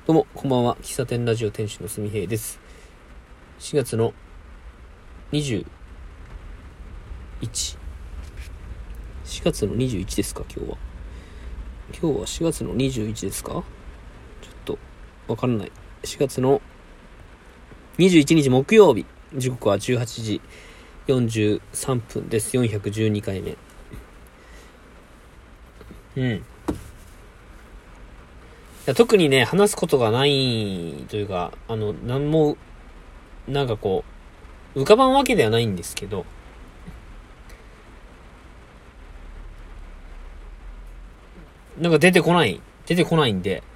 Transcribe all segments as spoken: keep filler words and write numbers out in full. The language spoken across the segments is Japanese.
どうも、こんばんは。喫茶店ラジオ店主のすみへいです。しがつのにじゅういち。しがつのにじゅういちですか、今日は。今日はしがつのにじゅういちですか？ちょっと、わからない。しがつのにじゅういちにち木曜日。時刻はじゅうはちじよんじゅうさんぷんです。よんひゃくじゅうにかいめ。うん。特にね、話すことがないというか、あの、なんも、なんかこう、浮かばんわけではないんですけど、なんか出てこない、出てこないんで、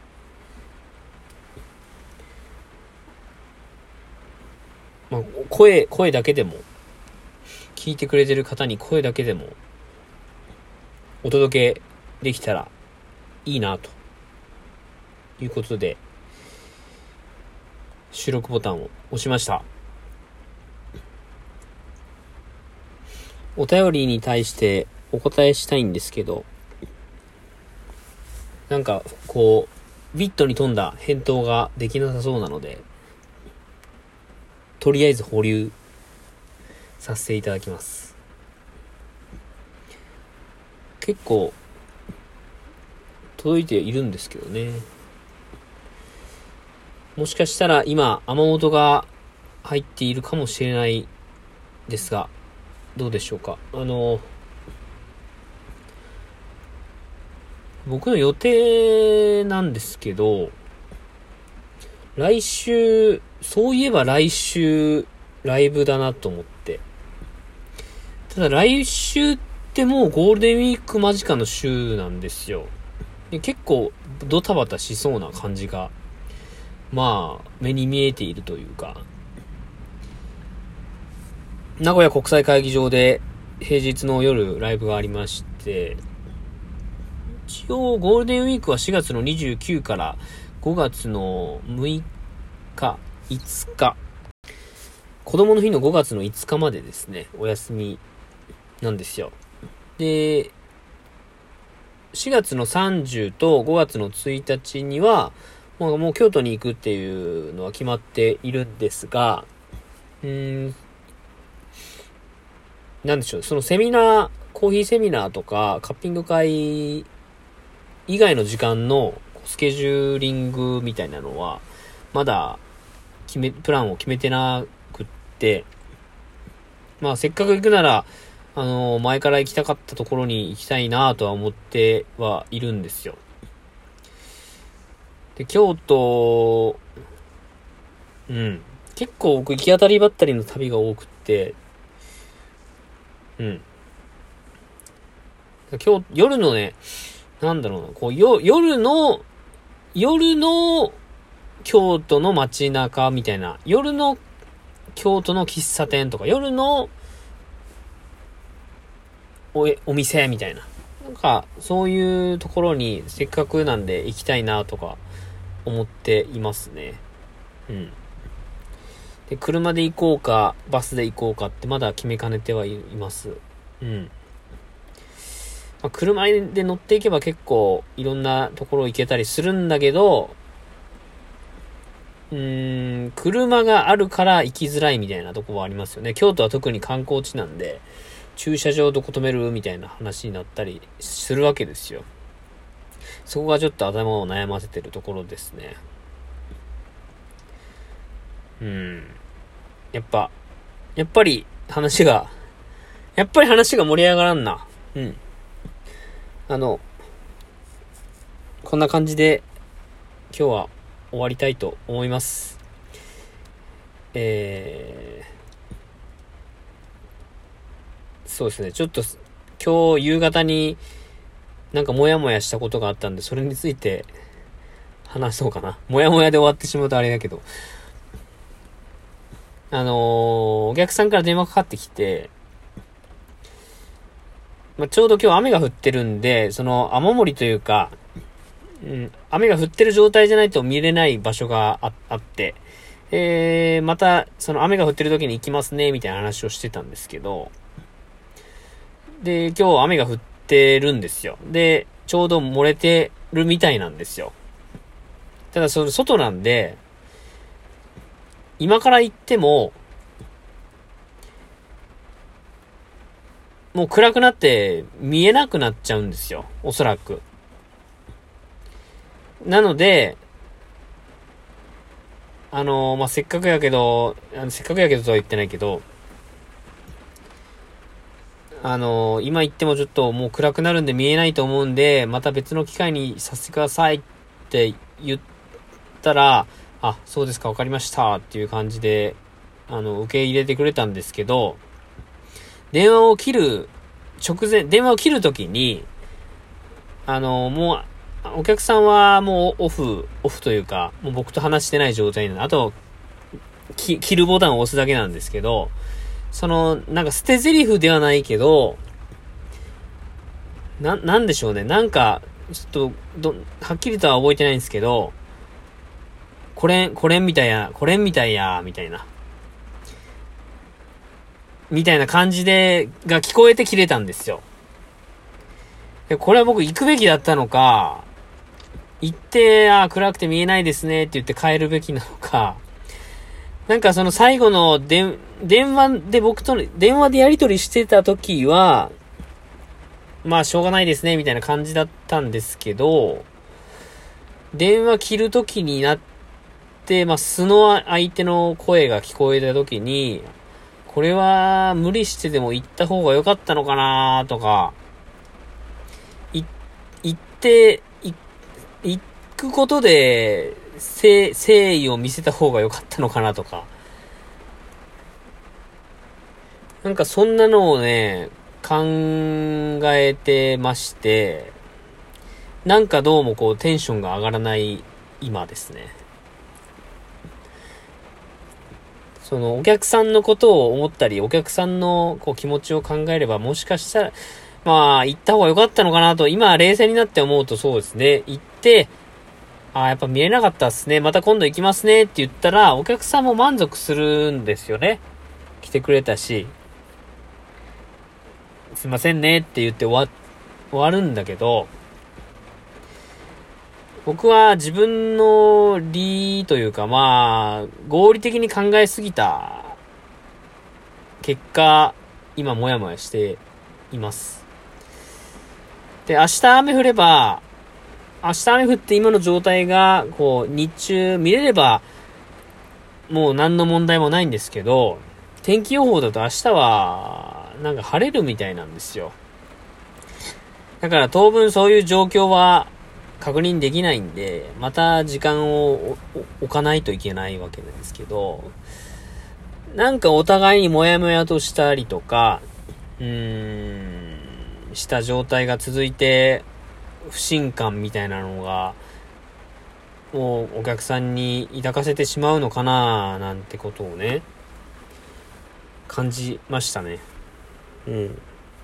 まあ、声、声だけでも、聞いてくれてる方に声だけでも、お届けできたらいいな、ということで、収録ボタンを押しました。お便りに対してお答えしたいんですけど、なんかこうビットに富んだ返答ができなさそうなので、とりあえず保留させていただきます。結構届いているんですけどね。もしかしたら今雨音が入っているかもしれないですが、どうでしょうか。あの僕の予定なんですけど、来週、そういえば来週ライブだなと思って。ただ来週ってもうゴールデンウィーク間近の週なんですよ。で結構ドタバタしそうな感じが、まあ目に見えているというか、名古屋国際会議場で平日の夜ライブがありまして、一応ゴールデンウィークはしがつのにじゅうくからごがつのむいか、いつか、子供の日のごがつのいつかまでですね、お休みなんですよ。で、しがつのさんじゅうとごがつのついたちには、もう、もう京都に行くっていうのは決まっているんですが、うーん、なんでしょう、そのセミナー、コーヒーセミナーとか、カッピング会以外の時間のスケジューリングみたいなのは、まだ決め、プランを決めてなくって、まあせっかく行くなら、あの、前から行きたかったところに行きたいなとは思ってはいるんですよ。で、京都、うん。結構僕行き当たりばったりの旅が多くって、うん。今日、夜のね、なんだろうな、こう、よ、夜の、夜の京都の街中みたいな、夜の京都の喫茶店とか、夜のお、お店みたいな。なんか、そういうところにせっかくなんで行きたいなとか思っていますね。うん。で、車で行こうか、バスで行こうかってまだ決めかねてはいます。うん。まあ、車で乗っていけば結構いろんなところ行けたりするんだけど、うーん、車があるから行きづらいみたいなところはありますよね。京都は特に観光地なんで、駐車場どこ止めるみたいな話になったりするわけですよ。そこがちょっと頭を悩ませてるところですね。うん。やっぱ、やっぱり話が、やっぱり話が盛り上がらんな。うん。あの、こんな感じで今日は終わりたいと思います。えー、そうですね。ちょっと今日夕方になんかモヤモヤしたことがあったんで、それについて話そうかな。モヤモヤで終わってしまうとあれだけど。あのー、お客さんから電話かかってきて、まあ、ちょうど今日雨が降ってるんで、その雨漏りというか、うん、雨が降ってる状態じゃないと見れない場所が あ, あって、えー、またその雨が降ってる時に行きますねみたいな話をしてたんですけど、で今日雨が降ってるんですよ。でちょうど漏れてるみたいなんですよ。 ただその外なんで、今から行っても、もう暗くなって見えなくなっちゃうんですよ。おそらく。なので、あのー、まあ、せっかくやけど、あのせっかくやけどとは言ってないけど、あのー、今行ってもちょっともう暗くなるんで見えないと思うんで、また別の機会にさせてくださいって言ったら、あ、そうですか、わかりましたっていう感じで、あの、受け入れてくれたんですけど、電話を切る直前、電話を切るときに、あの、もう、お客さんはもうオフ、オフというか、もう僕と話してない状態なの。あと、き切るボタンを押すだけなんですけど、その、なんか捨て台詞ではないけど、な、なんでしょうね。なんか、ちょっと、ど、はっきりとは覚えてないんですけど、これ、これみたいや、これみたいや、みたいな。みたいな感じで、が聞こえて切れたんですよ。で、これは僕行くべきだったのか、行って、あ、暗くて見えないですねって言って帰るべきなのか、なんかその最後の電、電話で僕と、電話でやり取りしてた時は、まあしょうがないですねみたいな感じだったんですけど、電話切る時になって、まあ素の相手の声が聞こえた時に、これは無理してでも行った方が良かったのかなとか、い、行って、い、行くことで、誠、誠意を見せた方が良かったのかなとか。なんかそんなのをね、考えてまして、なんかどうもこうテンションが上がらない今ですね。そのお客さんのことを思ったり、お客さんのこう気持ちを考えれば、もしかしたら、まあ行った方が良かったのかなと、今冷静になって思うとそうですね。行って、ああ、やっぱ見えなかったっすね。また今度行きますねって言ったら、お客さんも満足するんですよね。来てくれたし、すいませんねって言って終わ、終わるんだけど、僕は自分の理というか、まあ、合理的に考えすぎた結果、今もやもやしています。で、明日雨降れば、明日雨降って今の状態が、こう、日中見れれば、もう何の問題もないんですけど、天気予報だと明日は、なんか晴れるみたいなんですよ。だから当分そういう状況は確認できないんで、また時間を置かないといけないわけなんですけど、なんかお互いにもやもやとしたりとか、うーん、した状態が続いて、不信感みたいなのが、もうお客さんに抱かせてしまうのかななんてことをね、感じましたね。うん。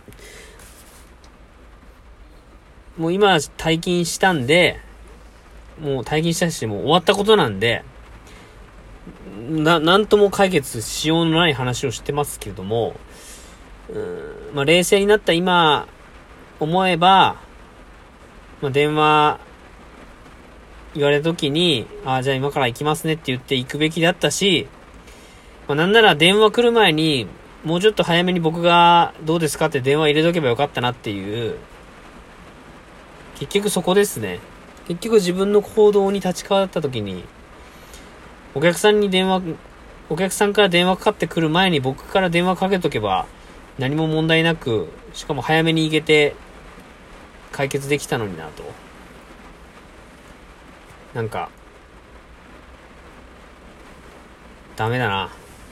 もう今退勤したんで、もう退勤したし、もう終わったことなんで、な、なんとも解決しようのない話をしてますけれども、うーん、まあ冷静になった今、思えば、まあ電話、言われた時に、あ、じゃあ今から行きますねって言って行くべきだったし、まあなんなら電話来る前に、もうちょっと早めに僕がどうですかって電話入れとけばよかったなっていう、結局そこですね。結局自分の行動に立ち変わった時に、お客さんに電話、お客さんから電話かかってくる前に僕から電話かけとけば何も問題なく、しかも早めに行けて解決できたのになと。なんか、ダメだな。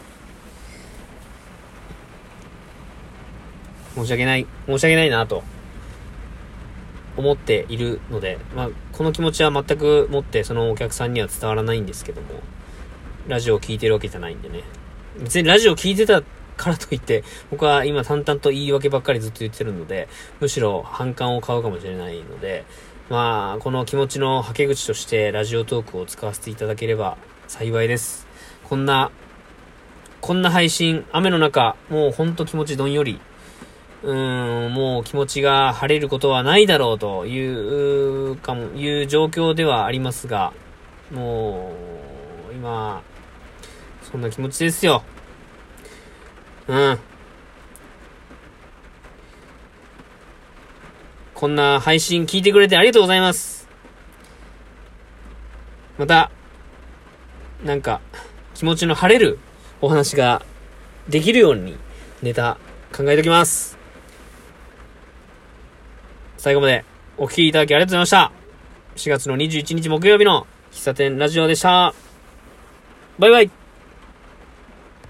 申し訳ない、申し訳ないなと。思っているので、まあ、この気持ちは全くもってそのお客さんには伝わらないんですけども、ラジオを聞いてるわけじゃないんでね。別にラジオを聞いてたからといって、僕は今淡々と言い訳ばっかりずっと言ってるので、むしろ反感を買うかもしれないので、まあ、この気持ちのはけ口としてラジオトークを使わせていただければ幸いです。こんな、こんな配信、雨の中、もうほんと気持ちどんより、うーん、もう気持ちが晴れることはないだろうという、かも、いう状況ではありますが、 もう、今、そんな気持ちですよ。うん。こんな配信聞いてくれてありがとうございます。また、なんか、気持ちの晴れるお話ができるようにネタ考えておきます。最後までお聞きいただきありがとうございました。しがつのにじゅういちにち木曜日の喫茶店ラジオでした。バイバイ。